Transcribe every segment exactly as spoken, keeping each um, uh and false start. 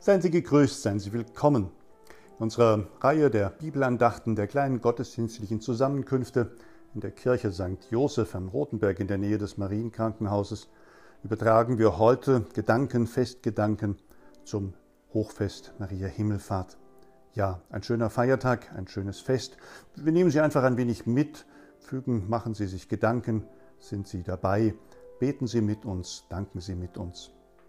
Seien Sie gegrüßt, seien Sie willkommen. In unserer Reihe der Bibelandachten der kleinen gottesdienstlichen Zusammenkünfte in der Kirche Sankt Joseph am Rotenberg in der Nähe des Marienkrankenhauses übertragen wir heute Gedanken, Festgedanken zum Hochfest Maria Himmelfahrt. Ja, ein schöner Feiertag, ein schönes Fest. Wir nehmen Sie einfach ein wenig mit, fügen, machen Sie sich Gedanken, sind Sie dabei, beten Sie mit uns, danken Sie mit uns.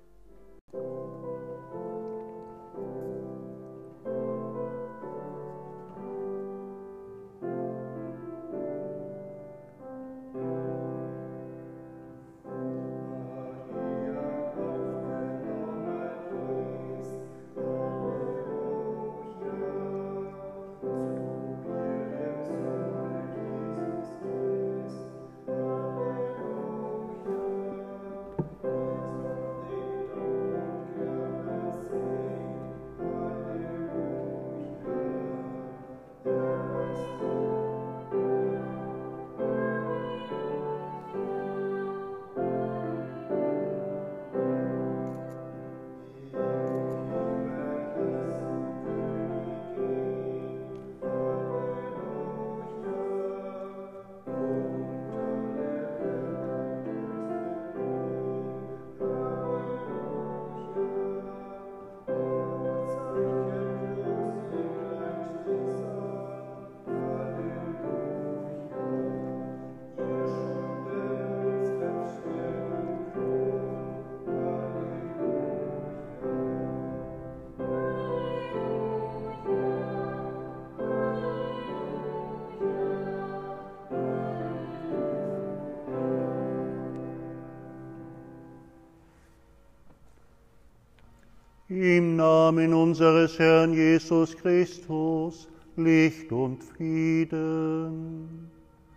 Im Namen unseres Herrn Jesus Christus, Licht und Frieden.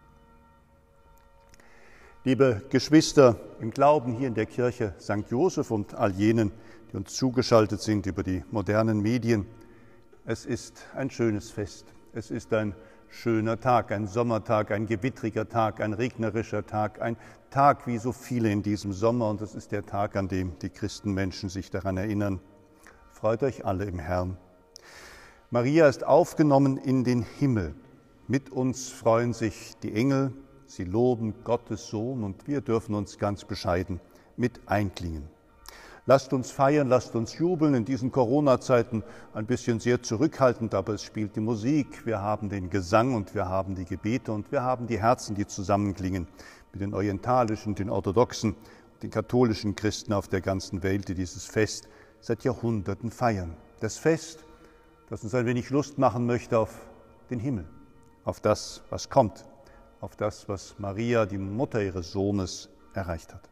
Liebe Geschwister im Glauben hier in der Kirche Sankt Joseph und all jenen, die uns zugeschaltet sind über die modernen Medien, es ist ein schönes Fest. Es ist ein schöner Tag, ein Sommertag, ein gewittriger Tag, ein regnerischer Tag, ein Tag wie so viele in diesem Sommer, und es ist der Tag, an dem die Christenmenschen sich daran erinnern. Freut euch alle im Herrn. Maria ist aufgenommen in den Himmel. Mit uns freuen sich die Engel, sie loben Gottes Sohn, und wir dürfen uns ganz bescheiden mit einklingen. Lasst uns feiern, lasst uns jubeln, in diesen Corona-Zeiten ein bisschen sehr zurückhaltend, aber es spielt die Musik, wir haben den Gesang und wir haben die Gebete und wir haben die Herzen, die zusammenklingen mit den orientalischen, den orthodoxen, den katholischen Christen auf der ganzen Welt, die dieses Fest seit Jahrhunderten feiern. Das Fest, das uns ein wenig Lust machen möchte auf den Himmel, auf das, was kommt, auf das, was Maria, die Mutter ihres Sohnes, erreicht hat.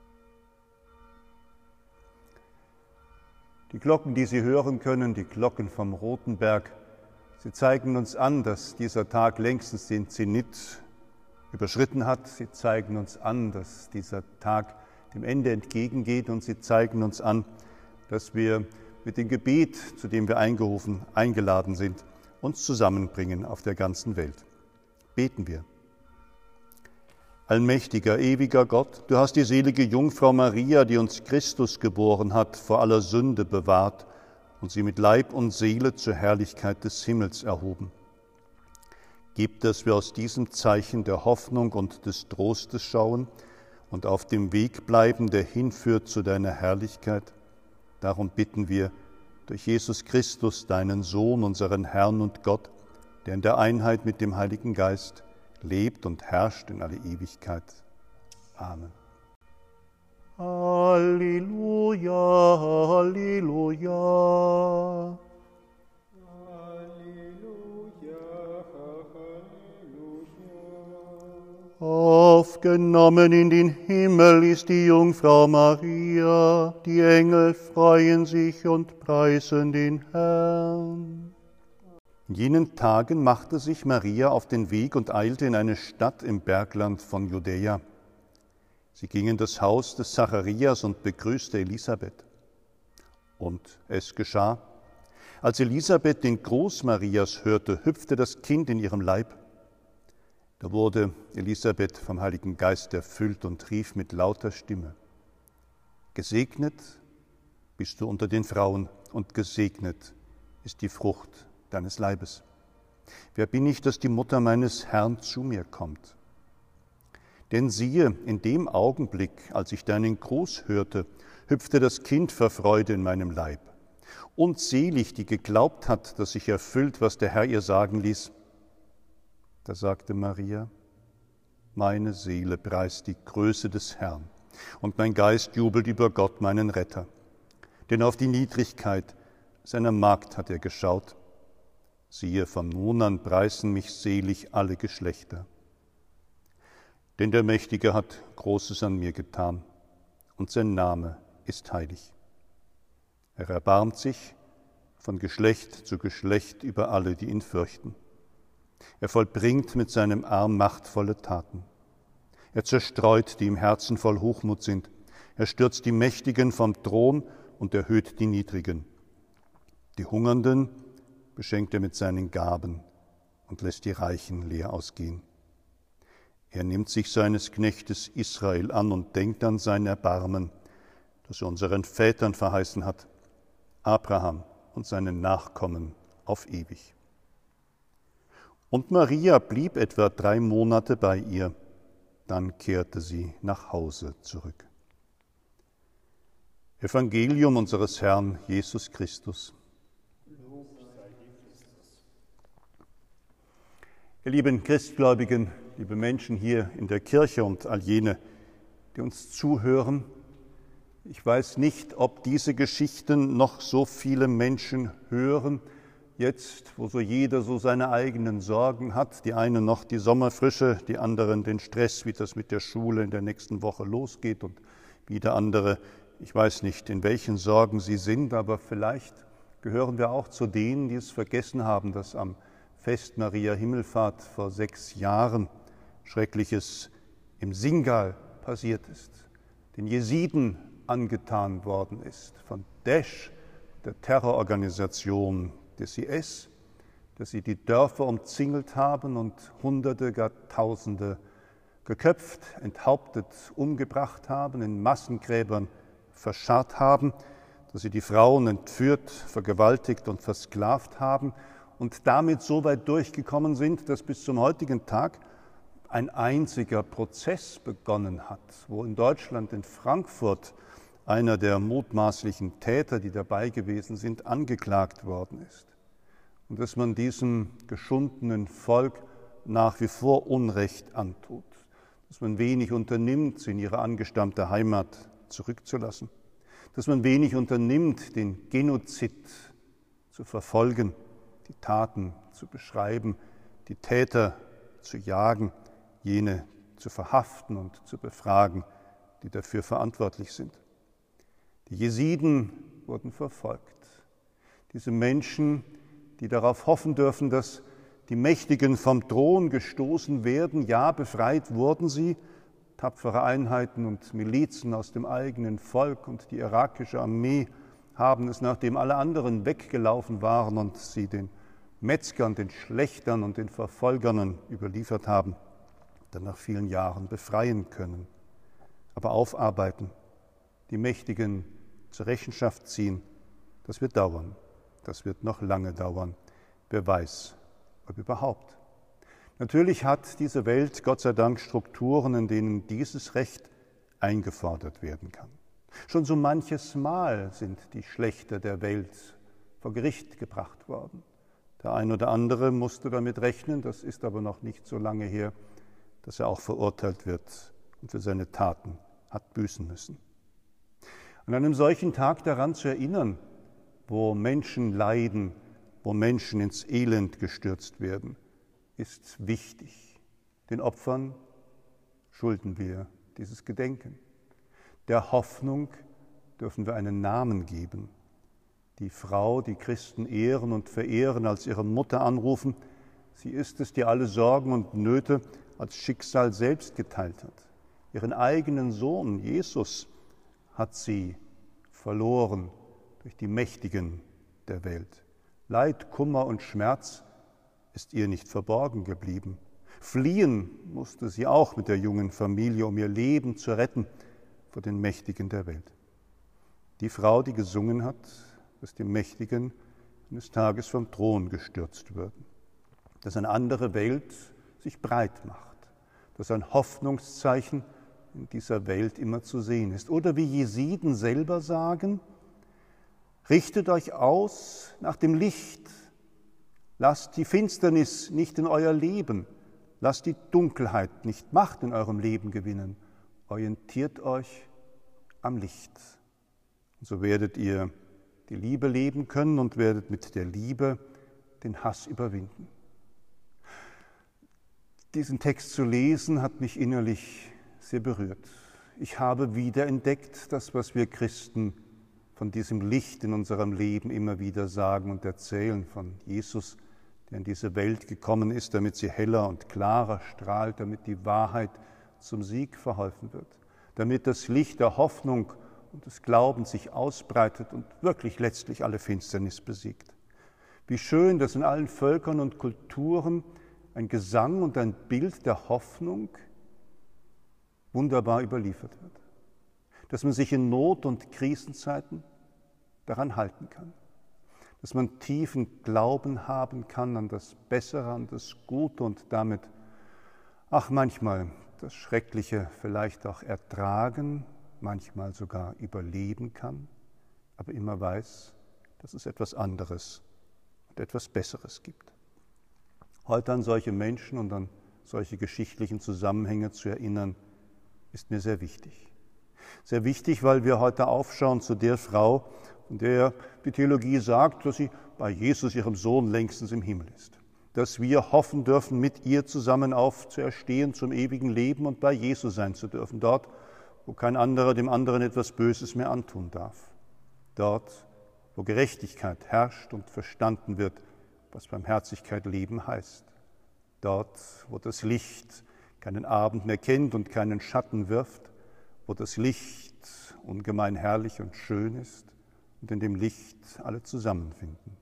Die Glocken, die Sie hören können, die Glocken vom Rotenberg, sie zeigen uns an, dass dieser Tag längstens den Zenit überschritten hat. Sie zeigen uns an, dass dieser Tag dem Ende entgegengeht, und sie zeigen uns an, dass wir mit dem Gebet, zu dem wir eingerufen, eingeladen sind, uns zusammenbringen auf der ganzen Welt. Beten wir. Allmächtiger, ewiger Gott, du hast die selige Jungfrau Maria, die uns Christus geboren hat, vor aller Sünde bewahrt und sie mit Leib und Seele zur Herrlichkeit des Himmels erhoben. Gib, dass wir aus diesem Zeichen der Hoffnung und des Trostes schauen und auf dem Weg bleiben, der hinführt zu deiner Herrlichkeit. Darum bitten wir durch Jesus Christus, deinen Sohn, unseren Herrn und Gott, der in der Einheit mit dem Heiligen Geist lebt und herrscht in alle Ewigkeit. Amen. Halleluja, Halleluja. Aufgenommen in den Himmel ist die Jungfrau Maria, die Engel freuen sich und preisen den Herrn. In jenen Tagen machte sich Maria auf den Weg und eilte in eine Stadt im Bergland von Judäa. Sie ging in das Haus des Zacharias und begrüßte Elisabeth. Und es geschah, als Elisabeth den Gruß Marias hörte, hüpfte das Kind in ihrem Leib. Da wurde Elisabeth vom Heiligen Geist erfüllt und rief mit lauter Stimme: Gesegnet bist du unter den Frauen, und gesegnet ist die Frucht deines Leibes. Wer bin ich, dass die Mutter meines Herrn zu mir kommt? Denn siehe, in dem Augenblick, als ich deinen Gruß hörte, hüpfte das Kind vor Freude in meinem Leib. Und selig, die geglaubt hat, dass sich erfüllt, was der Herr ihr sagen ließ. Da sagte Maria: Meine Seele preist die Größe des Herrn, und mein Geist jubelt über Gott, meinen Retter. Denn auf die Niedrigkeit seiner Magd hat er geschaut. Siehe, von nun an preisen mich selig alle Geschlechter. Denn der Mächtige hat Großes an mir getan, und sein Name ist heilig. Er erbarmt sich von Geschlecht zu Geschlecht über alle, die ihn fürchten. Er vollbringt mit seinem Arm machtvolle Taten. Er zerstreut, die im Herzen voll Hochmut sind. Er stürzt die Mächtigen vom Thron und erhöht die Niedrigen. Die Hungernden beschenkt er mit seinen Gaben und lässt die Reichen leer ausgehen. Er nimmt sich seines Knechtes Israel an und denkt an sein Erbarmen, das er unseren Vätern verheißen hat, Abraham und seinen Nachkommen auf ewig. Und Maria blieb etwa drei Monate bei ihr, dann kehrte sie nach Hause zurück. Evangelium unseres Herrn Jesus Christus. Ihr lieben Christgläubigen, liebe Menschen hier in der Kirche und all jene, die uns zuhören, ich weiß nicht, ob diese Geschichten noch so viele Menschen hören, jetzt, wo so jeder so seine eigenen Sorgen hat, die einen noch die Sommerfrische, die anderen den Stress, wie das mit der Schule in der nächsten Woche losgeht, und wieder andere, ich weiß nicht, in welchen Sorgen sie sind, aber vielleicht gehören wir auch zu denen, die es vergessen haben, dass am Fest Maria Himmelfahrt vor sechs Jahren Schreckliches im Singal passiert ist, den Jesiden angetan worden ist, von Daesh, der Terrororganisation des I S, dass sie die Dörfer umzingelt haben und Hunderte, gar Tausende geköpft, enthauptet, umgebracht haben, in Massengräbern verscharrt haben, dass sie die Frauen entführt, vergewaltigt und versklavt haben und damit so weit durchgekommen sind, dass bis zum heutigen Tag ein einziger Prozess begonnen hat, wo in Deutschland, in Frankfurt, einer der mutmaßlichen Täter, die dabei gewesen sind, angeklagt worden ist. Und dass man diesem geschundenen Volk nach wie vor Unrecht antut, dass man wenig unternimmt, sie in ihre angestammte Heimat zurückzulassen, dass man wenig unternimmt, den Genozid zu verfolgen, die Taten zu beschreiben, die Täter zu jagen, jene zu verhaften und zu befragen, die dafür verantwortlich sind. Die Jesiden wurden verfolgt. Diese Menschen, die darauf hoffen dürfen, dass die Mächtigen vom Thron gestoßen werden, ja, befreit wurden sie, tapfere Einheiten und Milizen aus dem eigenen Volk und die irakische Armee haben es, nachdem alle anderen weggelaufen waren und sie den Metzgern, den Schlächtern und den Verfolgern überliefert haben, dann nach vielen Jahren befreien können. Aber aufarbeiten, die Mächtigen zur Rechenschaft ziehen, das wird dauern, das wird noch lange dauern. Wer weiß, ob überhaupt. Natürlich hat diese Welt, Gott sei Dank, Strukturen, in denen dieses Recht eingefordert werden kann. Schon so manches Mal sind die Schlächter der Welt vor Gericht gebracht worden. Der ein oder andere musste damit rechnen, das ist aber noch nicht so lange her, dass er auch verurteilt wird und für seine Taten hat büßen müssen. An einem solchen Tag daran zu erinnern, wo Menschen leiden, wo Menschen ins Elend gestürzt werden, ist wichtig. Den Opfern schulden wir dieses Gedenken. Der Hoffnung dürfen wir einen Namen geben. Die Frau, die Christen ehren und verehren, als ihre Mutter anrufen, sie ist es, die alle Sorgen und Nöte als Schicksal selbst geteilt hat. Ihren eigenen Sohn, Jesus, hat sie verloren durch die Mächtigen der Welt. Leid, Kummer und Schmerz ist ihr nicht verborgen geblieben. Fliehen musste sie auch mit der jungen Familie, um ihr Leben zu retten vor den Mächtigen der Welt. Die Frau, die gesungen hat, dass die Mächtigen eines Tages vom Thron gestürzt würden, dass eine andere Welt sich breit macht, dass ein Hoffnungszeichen in dieser Welt immer zu sehen ist. Oder wie Jesiden selber sagen, richtet euch aus nach dem Licht, lasst die Finsternis nicht in euer Leben, lasst die Dunkelheit nicht Macht in eurem Leben gewinnen, orientiert euch am Licht. Und so werdet ihr die Liebe leben können und werdet mit der Liebe den Hass überwinden. Diesen Text zu lesen, hat mich innerlich sehr berührt. Ich habe wiederentdeckt, das, was wir Christen von diesem Licht in unserem Leben immer wieder sagen und erzählen, von Jesus, der in diese Welt gekommen ist, damit sie heller und klarer strahlt, damit die Wahrheit zum Sieg verholfen wird, damit das Licht der Hoffnung und des Glaubens sich ausbreitet und wirklich letztlich alle Finsternis besiegt. Wie schön, dass in allen Völkern und Kulturen ein Gesang und ein Bild der Hoffnung wunderbar überliefert wird. Dass man sich in Not- und Krisenzeiten daran halten kann. Dass man tiefen Glauben haben kann an das Bessere, an das Gute und damit, ach manchmal das Schreckliche vielleicht auch ertragen, manchmal sogar überleben kann, aber immer weiß, dass es etwas anderes und etwas Besseres gibt. Heute an solche Menschen und an solche geschichtlichen Zusammenhänge zu erinnern, ist mir sehr wichtig. Sehr wichtig, weil wir heute aufschauen zu der Frau, von der die Theologie sagt, dass sie bei Jesus, ihrem Sohn, längstens im Himmel ist. Dass wir hoffen dürfen, mit ihr zusammen aufzuerstehen zum ewigen Leben und bei Jesus sein zu dürfen, dort, wo kein anderer dem anderen etwas Böses mehr antun darf. Dort, wo Gerechtigkeit herrscht und verstanden wird, was Barmherzigkeit Leben heißt. Dort, wo das Licht keinen Abend mehr kennt und keinen Schatten wirft, wo das Licht ungemein herrlich und schön ist und in dem Licht alle zusammenfinden.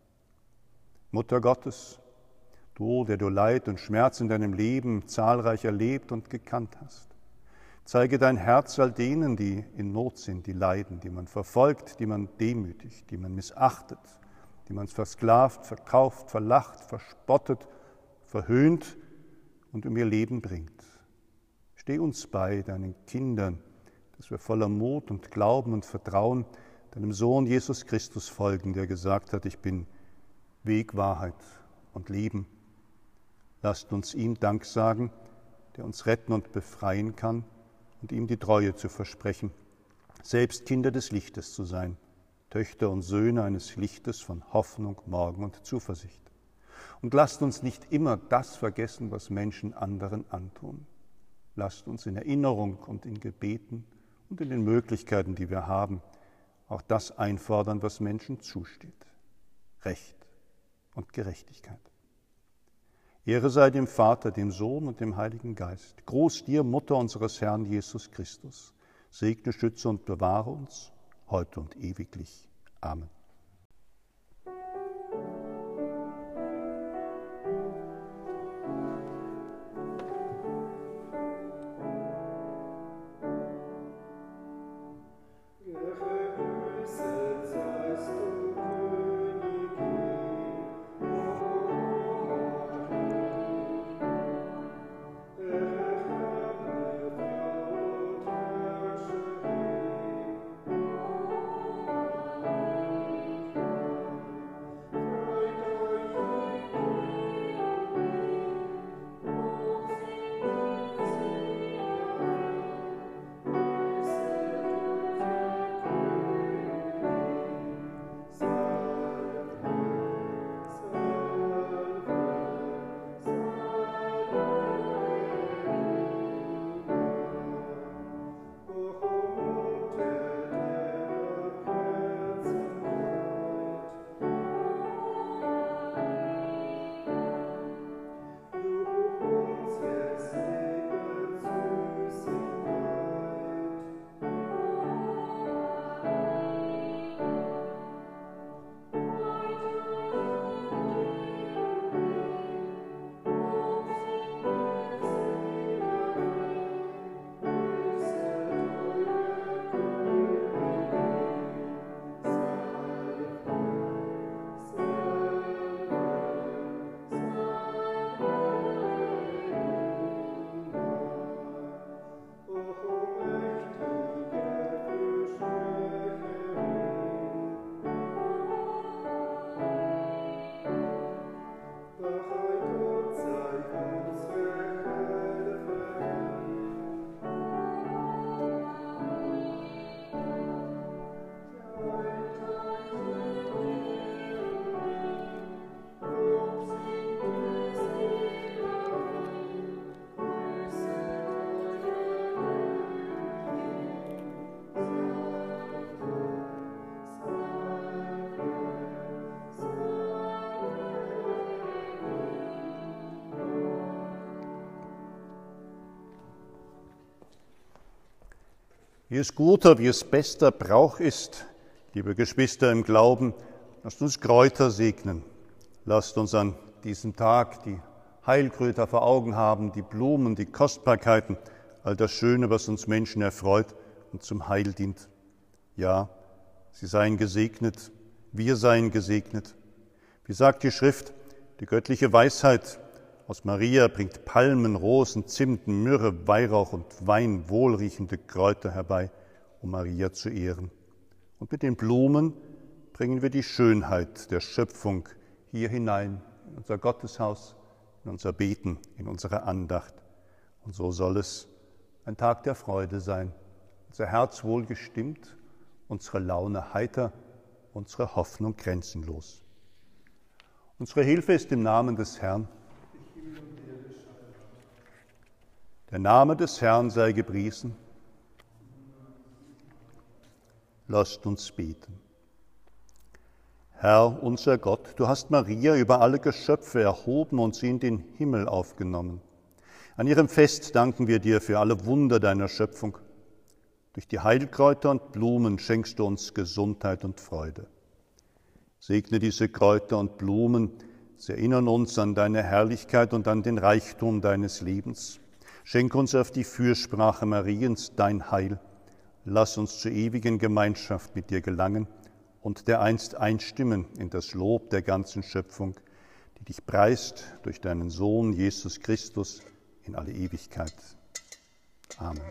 Mutter Gottes, du, der du Leid und Schmerz in deinem Leben zahlreich erlebt und gekannt hast, zeige dein Herz all denen, die in Not sind, die leiden, die man verfolgt, die man demütigt, die man missachtet, die man versklavt, verkauft, verlacht, verspottet, verhöhnt und um ihr Leben bringt. Steh uns bei, deinen Kindern, dass wir voller Mut und Glauben und Vertrauen deinem Sohn Jesus Christus folgen, der gesagt hat, ich bin Weg, Wahrheit und Leben. Lasst uns ihm Dank sagen, der uns retten und befreien kann, und ihm die Treue zu versprechen, selbst Kinder des Lichtes zu sein, Töchter und Söhne eines Lichtes von Hoffnung, Morgen und Zuversicht. Und lasst uns nicht immer das vergessen, was Menschen anderen antun. Lasst uns in Erinnerung und in Gebeten und in den Möglichkeiten, die wir haben, auch das einfordern, was Menschen zusteht. Recht und Gerechtigkeit. Ehre sei dem Vater, dem Sohn und dem Heiligen Geist. Groß dir, Mutter unseres Herrn Jesus Christus. Segne, schütze und bewahre uns, heute und ewiglich. Amen. Wie es guter, wie es bester Brauch ist, liebe Geschwister im Glauben, lasst uns Kräuter segnen. Lasst uns an diesem Tag die Heilkräuter vor Augen haben, die Blumen, die Kostbarkeiten, all das Schöne, was uns Menschen erfreut und zum Heil dient. Ja, sie seien gesegnet, wir seien gesegnet. Wie sagt die Schrift, die göttliche Weisheit aus Maria bringt Palmen, Rosen, Zimt, Myrrhe, Weihrauch und Wein, wohlriechende Kräuter herbei, um Maria zu ehren. Und mit den Blumen bringen wir die Schönheit der Schöpfung hier hinein, in unser Gotteshaus, in unser Beten, in unsere Andacht. Und so soll es ein Tag der Freude sein, unser Herz wohlgestimmt, unsere Laune heiter, unsere Hoffnung grenzenlos. Unsere Hilfe ist im Namen des Herrn. Der Name des Herrn sei gepriesen. Lasst uns beten. Herr, unser Gott, du hast Maria über alle Geschöpfe erhoben und sie in den Himmel aufgenommen. An ihrem Fest danken wir dir für alle Wunder deiner Schöpfung. Durch die Heilkräuter und Blumen schenkst du uns Gesundheit und Freude. Segne diese Kräuter und Blumen, sie erinnern uns an deine Herrlichkeit und an den Reichtum deines Lebens. Schenk uns auf die Fürsprache Mariens dein Heil. Lass uns zur ewigen Gemeinschaft mit dir gelangen und dereinst einstimmen in das Lob der ganzen Schöpfung, die dich preist durch deinen Sohn Jesus Christus in alle Ewigkeit. Amen.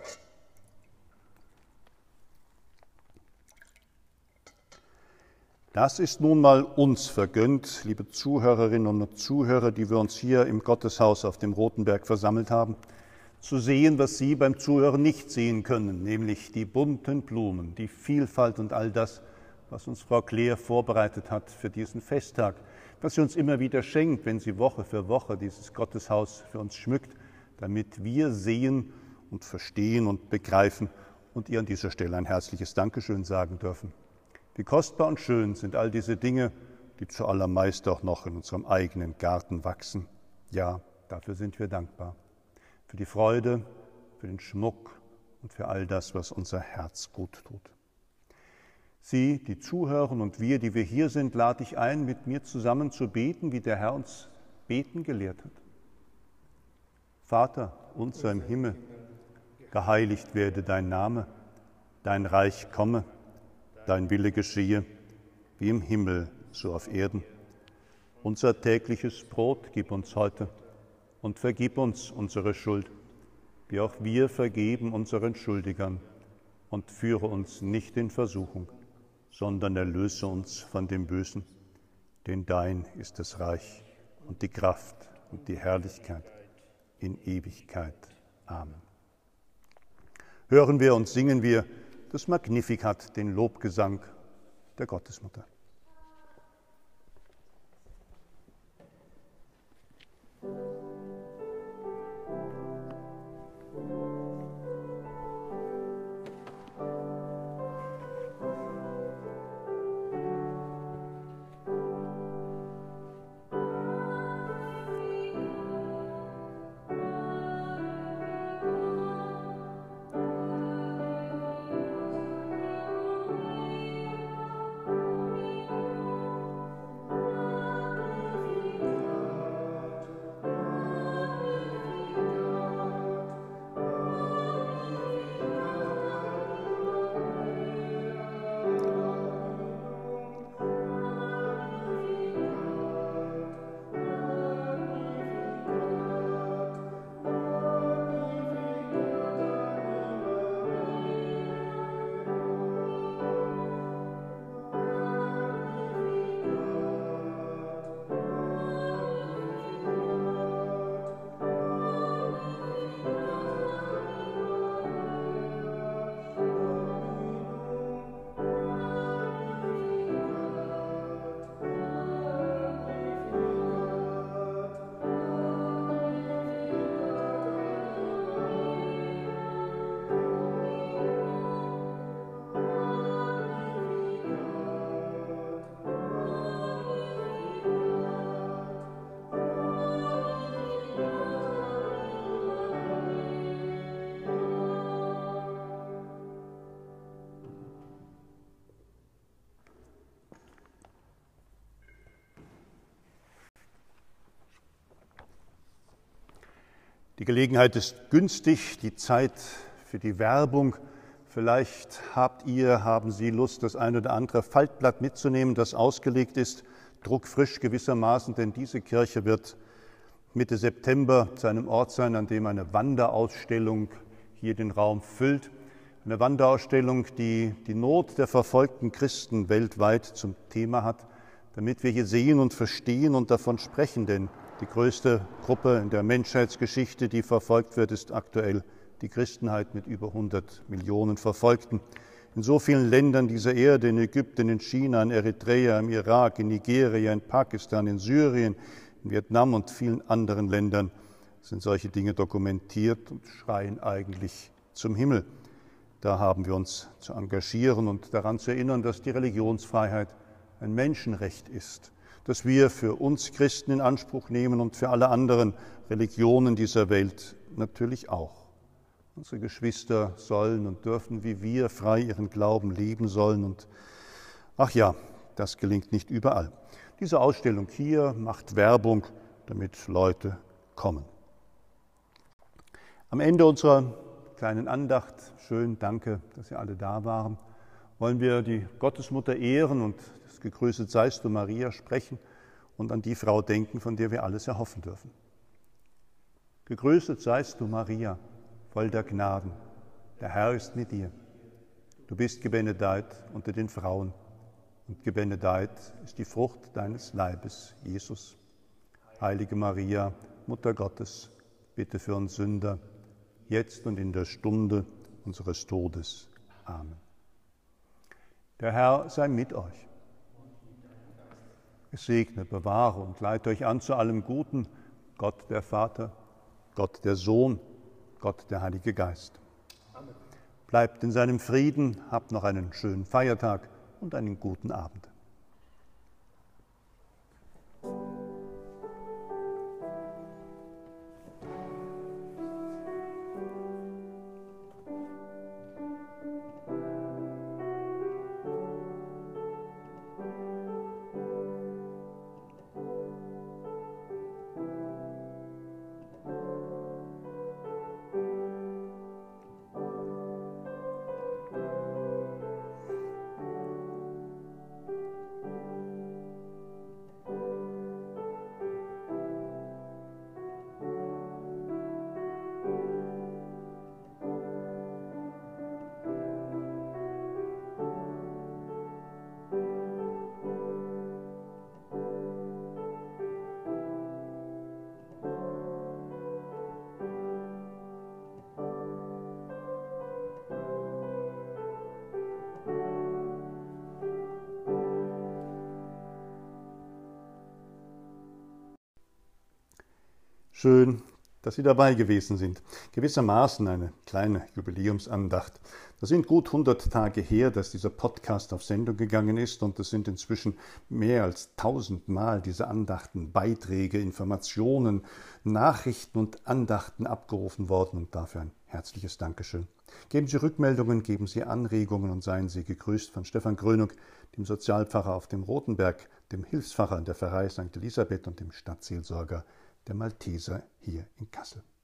Das ist nun mal uns vergönnt, liebe Zuhörerinnen und Zuhörer, die wir uns hier im Gotteshaus auf dem Rotenberg versammelt haben, zu sehen, was Sie beim Zuhören nicht sehen können, nämlich die bunten Blumen, die Vielfalt und all das, was uns Frau Claire vorbereitet hat für diesen Festtag, was sie uns immer wieder schenkt, wenn sie Woche für Woche dieses Gotteshaus für uns schmückt, damit wir sehen und verstehen und begreifen und ihr an dieser Stelle ein herzliches Dankeschön sagen dürfen. Wie kostbar und schön sind all diese Dinge, die zuallermeist auch noch in unserem eigenen Garten wachsen. Ja, dafür sind wir dankbar. Für die Freude, für den Schmuck und für all das, was unser Herz gut tut. Sie, die zuhören und wir, die wir hier sind, lade ich ein, mit mir zusammen zu beten, wie der Herr uns beten gelehrt hat. Vater, unser im Himmel, geheiligt werde dein Name, dein Reich komme, dein Wille geschehe, wie im Himmel, so auf Erden. Unser tägliches Brot gib uns heute und vergib uns unsere Schuld, wie auch wir vergeben unseren Schuldigern. Und führe uns nicht in Versuchung, sondern erlöse uns von dem Bösen. Denn dein ist das Reich und die Kraft und die Herrlichkeit in Ewigkeit. Amen. Hören wir und singen wir das Magnificat, den Lobgesang der Gottesmutter. Die Gelegenheit ist günstig, die Zeit für die Werbung. Vielleicht habt ihr, haben Sie Lust, das ein oder andere Faltblatt mitzunehmen, das ausgelegt ist, druckfrisch gewissermaßen, denn diese Kirche wird Mitte September zu einem Ort sein, an dem eine Wanderausstellung hier den Raum füllt. Eine Wanderausstellung, die die Not der verfolgten Christen weltweit zum Thema hat, damit wir hier sehen und verstehen und davon sprechen, denn die größte Gruppe in der Menschheitsgeschichte, die verfolgt wird, ist aktuell die Christenheit mit über hundert Millionen Verfolgten. In so vielen Ländern dieser Erde, in Ägypten, in China, in Eritrea, im Irak, in Nigeria, in Pakistan, in Syrien, in Vietnam und vielen anderen Ländern sind solche Dinge dokumentiert und schreien eigentlich zum Himmel. Da haben wir uns zu engagieren und daran zu erinnern, dass die Religionsfreiheit ein Menschenrecht ist, das wir für uns Christen in Anspruch nehmen und für alle anderen Religionen dieser Welt natürlich auch. Unsere Geschwister sollen und dürfen wie wir frei ihren Glauben leben sollen und ach ja, das gelingt nicht überall. Diese Ausstellung hier macht Werbung, damit Leute kommen. Am Ende unserer kleinen Andacht, schön, danke, dass ihr alle da waren, wollen wir die Gottesmutter ehren und das Gegrüßet seist du Maria sprechen und an die Frau denken, von der wir alles erhoffen dürfen. Gegrüßet seist du Maria, voll der Gnaden, der Herr ist mit dir. Du bist gebenedeit unter den Frauen und gebenedeit ist die Frucht deines Leibes, Jesus. Heilige Maria, Mutter Gottes, bitte für uns Sünder, jetzt und in der Stunde unseres Todes. Amen. Der Herr sei mit euch. Es segne, bewahre und leite euch an zu allem Guten, Gott der Vater, Gott der Sohn, Gott der Heilige Geist. Amen. Bleibt in seinem Frieden, habt noch einen schönen Feiertag und einen guten Abend. Schön, dass Sie dabei gewesen sind. Gewissermaßen eine kleine Jubiläumsandacht. Das sind gut hundert Tage her, dass dieser Podcast auf Sendung gegangen ist und es sind inzwischen mehr als tausendmal diese Andachten, Beiträge, Informationen, Nachrichten und Andachten abgerufen worden und dafür ein herzliches Dankeschön. Geben Sie Rückmeldungen, geben Sie Anregungen und seien Sie gegrüßt von Stefan Grönung, dem Sozialpfarrer auf dem Rotenberg, dem Hilfspfarrer in der Pfarrei Sankt Elisabeth und dem Stadtseelsorger der Malteser hier in Kassel.